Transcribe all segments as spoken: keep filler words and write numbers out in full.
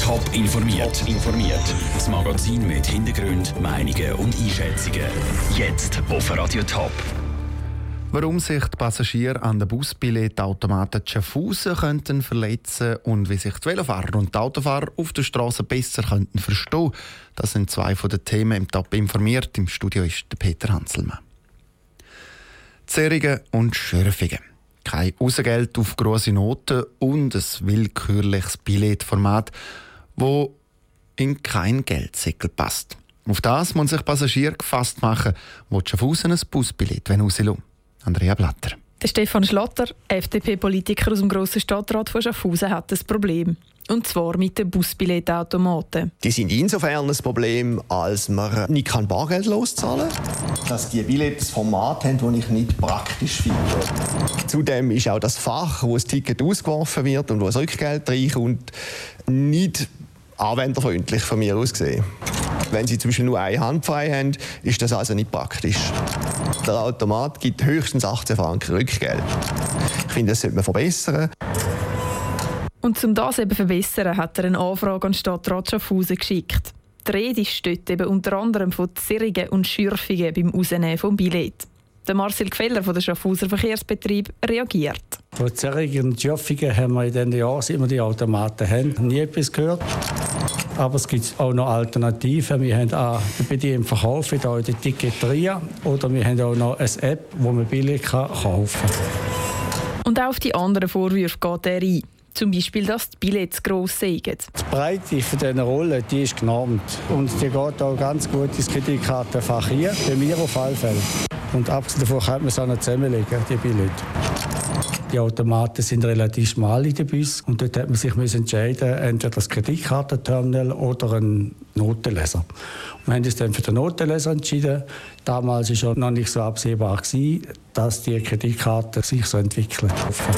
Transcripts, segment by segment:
Top informiert. Top informiert. Das Magazin mit Hintergrund, Meinungen und Einschätzungen. Jetzt auf Radio Top. Warum sich die Passagiere an den Busbilletautomaten Schaffhausen könnten verletzen und wie sich die Velofahrer und die Autofahrer auf der Straße besser könnten verstehen, das sind zwei von den Themen im Top informiert. Im Studio ist der Peter Hanselmann. Zerrungen und Schürfungen. Kein Rausgeld auf grosse Noten und ein willkürliches Billetformat, wo in kein Geldsäckel passt. Auf das muss sich Passagiere gefasst machen, die Schaffhausen ein Busbillett rauslassen wollen. Andrea Blatter. Der Stefan Schlatter, F D P-Politiker aus dem grossen Stadtrat von Schaffhausen, hat ein Problem. Und zwar mit den Busbilletautomaten. Die sind insofern ein Problem, als man nicht Bargeld loszahlen kann. Dass die Billets ein Format haben, das ich nicht praktisch finde. Zudem ist auch das Fach, wo das Ticket ausgeworfen wird und wo das Rückgeld reinkommt, nicht anwenderfreundlich von mir aus gesehen. Wenn Sie zum Beispiel nur eine Hand frei haben, ist das also nicht praktisch. Der Automat gibt höchstens achtzehn Franken Rückgeld. Ich finde, das sollte man verbessern. Und um das eben zu verbessern, hat er eine Anfrage an den Stadtrat Schaffhausen geschickt. Die Rede ist dort eben unter anderem von Zerrungen und Schürfungen beim Rausnehmen des Billets. Der Marcel Gfeller von der Schaffhauser Verkehrsbetrieb reagiert. Von Zerrungen und Schürfungen haben wir in den Jahren, seit wir die Automaten haben, nie etwas gehört. Aber es gibt auch noch Alternativen. Wir haben auch bei dem Verkauf hier in der Ticketeria oder wir haben auch noch eine App, wo man billig kaufen kann. Und auch auf die anderen Vorwürfe geht er ein. Zum Beispiel, dass die Billets gross sind. Die Breite von diesen Rollen die ist genormt. Und die geht auch ganz gut ins Kreditkartenfach hier, bei mir auf alle Fälle. Und abgesehen davon kann man es auch noch zusammenlegen, die Billets. Die Automaten sind relativ schmal in den Bussen und dort hat man sich entscheiden, entweder das Kreditkartenterminal oder einen Notenleser. Wir haben uns dann für den Notenleser entschieden. Damals war noch nicht so absehbar, dass die Kreditkarte sich so entwickelt.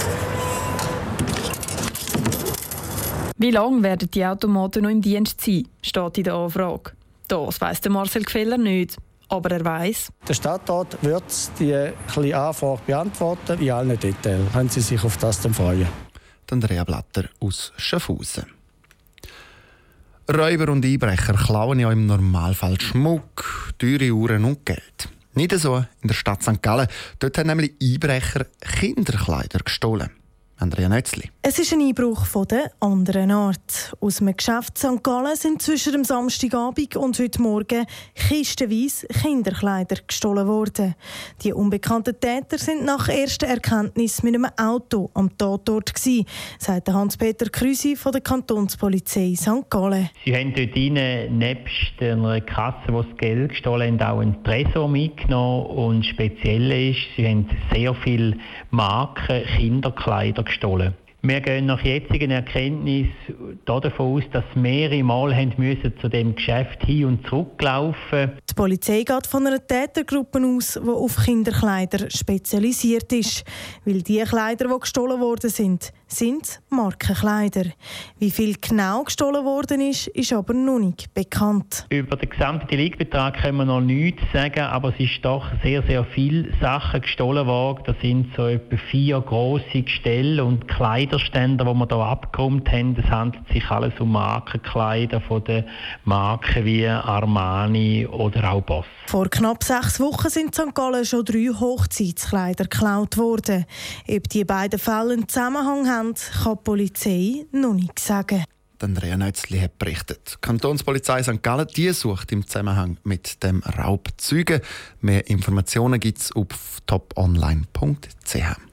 Wie lange werden die Automaten noch im Dienst sein, steht in der Anfrage. Das weiss der Marcel Gfeller nicht. Aber er weiss. Der Stadtrat wird die kleine Anfrage beantworten, in allen Details. Können Sie sich auf das dann freuen. Andrea Blatter aus Schaffhausen. Räuber und Einbrecher klauen ja im Normalfall Schmuck, teure Uhren und Geld. Nicht so in der Stadt Sankt Gallen. Dort haben nämlich Einbrecher Kinderkleider gestohlen. Andrea Nötzli. Es ist ein Einbruch von der anderen Art. Aus dem Geschäft Sankt Gallen sind zwischen dem Samstagabend und heute Morgen kistenweise Kinderkleider gestohlen worden. Die unbekannten Täter sind nach erster Erkenntnis mit einem Auto am Tatort gewesen, sagt Hans-Peter Krüsi von der Kantonspolizei Sankt Gallen. Sie haben dort rein, nebst einer Kasse, wo das Geld gestohlen haben, auch einen Tresor mitgenommen. Und speziell ist, sie haben sehr viele Marken Kinderkleider gestohlen. Wir gehen nach jetzigen Erkenntnis davon aus, dass mehrere Mal haben müssen zu dem Geschäft hin und zurücklaufen. Die Polizei geht von einer Tätergruppe aus, die auf Kinderkleider spezialisiert ist. Weil die Kleider, die gestohlen worden sind, sind Markenkleider. Wie viel genau gestohlen worden ist, ist aber noch nicht bekannt. Über den gesamten Deliktbetrag können wir noch nichts sagen, aber es ist doch sehr, sehr viele Sachen gestohlen worden. Das sind so etwa vier grosse Gestelle und Kleiderständer, die wir hier abgeräumt haben. Es handelt sich alles um Markenkleider von den Marken wie Armani oder auch Boss. Vor knapp sechs Wochen sind in Sankt Gallen schon drei Hochzeitskleider geklaut worden. Ob die beiden Fälle einen Zusammenhang haben, kann die Polizei noch nicht sagen. Andrea Nötzli hat berichtet. Die Kantonspolizei Sankt Gallen die sucht im Zusammenhang mit dem Raub Zeugen. Mehr Informationen gibt es auf toponline punkt c h.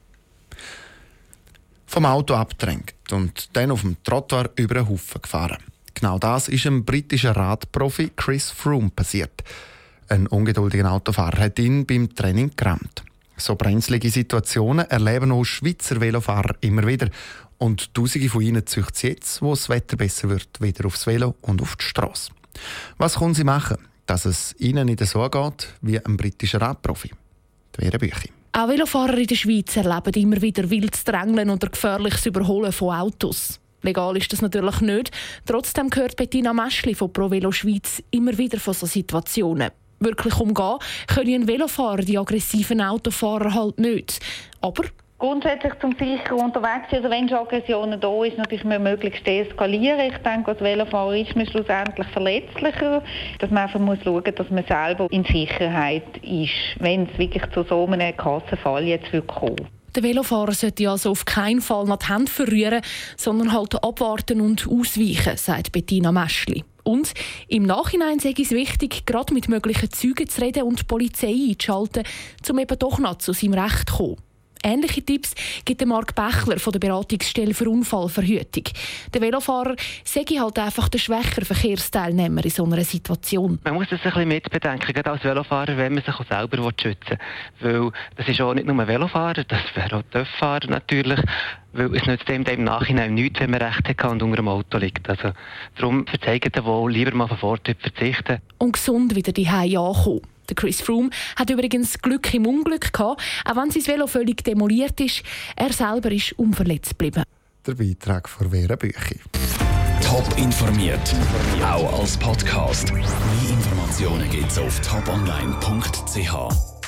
Vom Auto abgedrängt und dann auf dem Trottoir über einen Haufen gefahren. Genau das ist dem britischen Radprofi Chris Froome passiert. Ein ungeduldiger Autofahrer hat ihn beim Training gerammt. So brenzlige Situationen erleben auch Schweizer Velofahrer immer wieder. Und Tausende von ihnen züchten sie jetzt, wo das Wetter besser wird, wieder aufs Velo und auf die Strasse. Was können sie machen, dass es ihnen nicht so geht wie ein britischer Radprofi? Vera Büchi. Auch Velofahrer in der Schweiz erleben immer wieder wildes Drängeln oder gefährliches Überholen von Autos. Legal ist das natürlich nicht. Trotzdem hört Bettina Meschli von Pro Velo Schweiz immer wieder von solchen Situationen. Wirklich umgehen können ein Velofahrer die aggressiven Autofahrer halt nicht. Aber Grundsätzlich zum sicher unterwegs sein, also wenn schon Aggressionen da ist, natürlich möglichst deeskalieren. Ich denke, als Velofahrer ist man schlussendlich verletzlicher, dass man einfach muss schauen, dass man selber in Sicherheit ist, wenn es wirklich zu so einem krassen Fall jetzt wird kommen. Der Velofahrer sollte also auf keinen Fall nach die Hände verrühren, sondern halt abwarten und ausweichen, sagt Bettina Mäschli. Und im Nachhinein sei es wichtig, gerade mit möglichen Zeugen zu reden und die Polizei einzuschalten, um eben doch noch zu seinem Recht zu kommen. Ähnliche Tipps gibt Marc Bächler von der Beratungsstelle für Unfallverhütung. Der Velofahrer sei halt einfach der schwächere Verkehrsteilnehmer in so einer Situation. Man muss das ein bisschen mitbedenken, gerade als Velofahrer, wenn man sich auch selber schützen will. Weil das ist auch nicht nur ein Velofahrer, das wäre auch der Fahrer natürlich. Weil es nützt dem im Nachhinein nichts, wenn man Recht hat und unter dem Auto liegt. Also, darum verzeigen wir wohl lieber mal von Vorteil verzichten. Und gesund wieder die Hause ankommen. Der Chris Froome hat übrigens Glück im Unglück gehabt, auch wenn sein Velo völlig demoliert ist. Er selber ist unverletzt geblieben. Der Beitrag von Vera Büchi. Top informiert, auch als Podcast. Mehr Informationen gibt's auf top online punkt c h.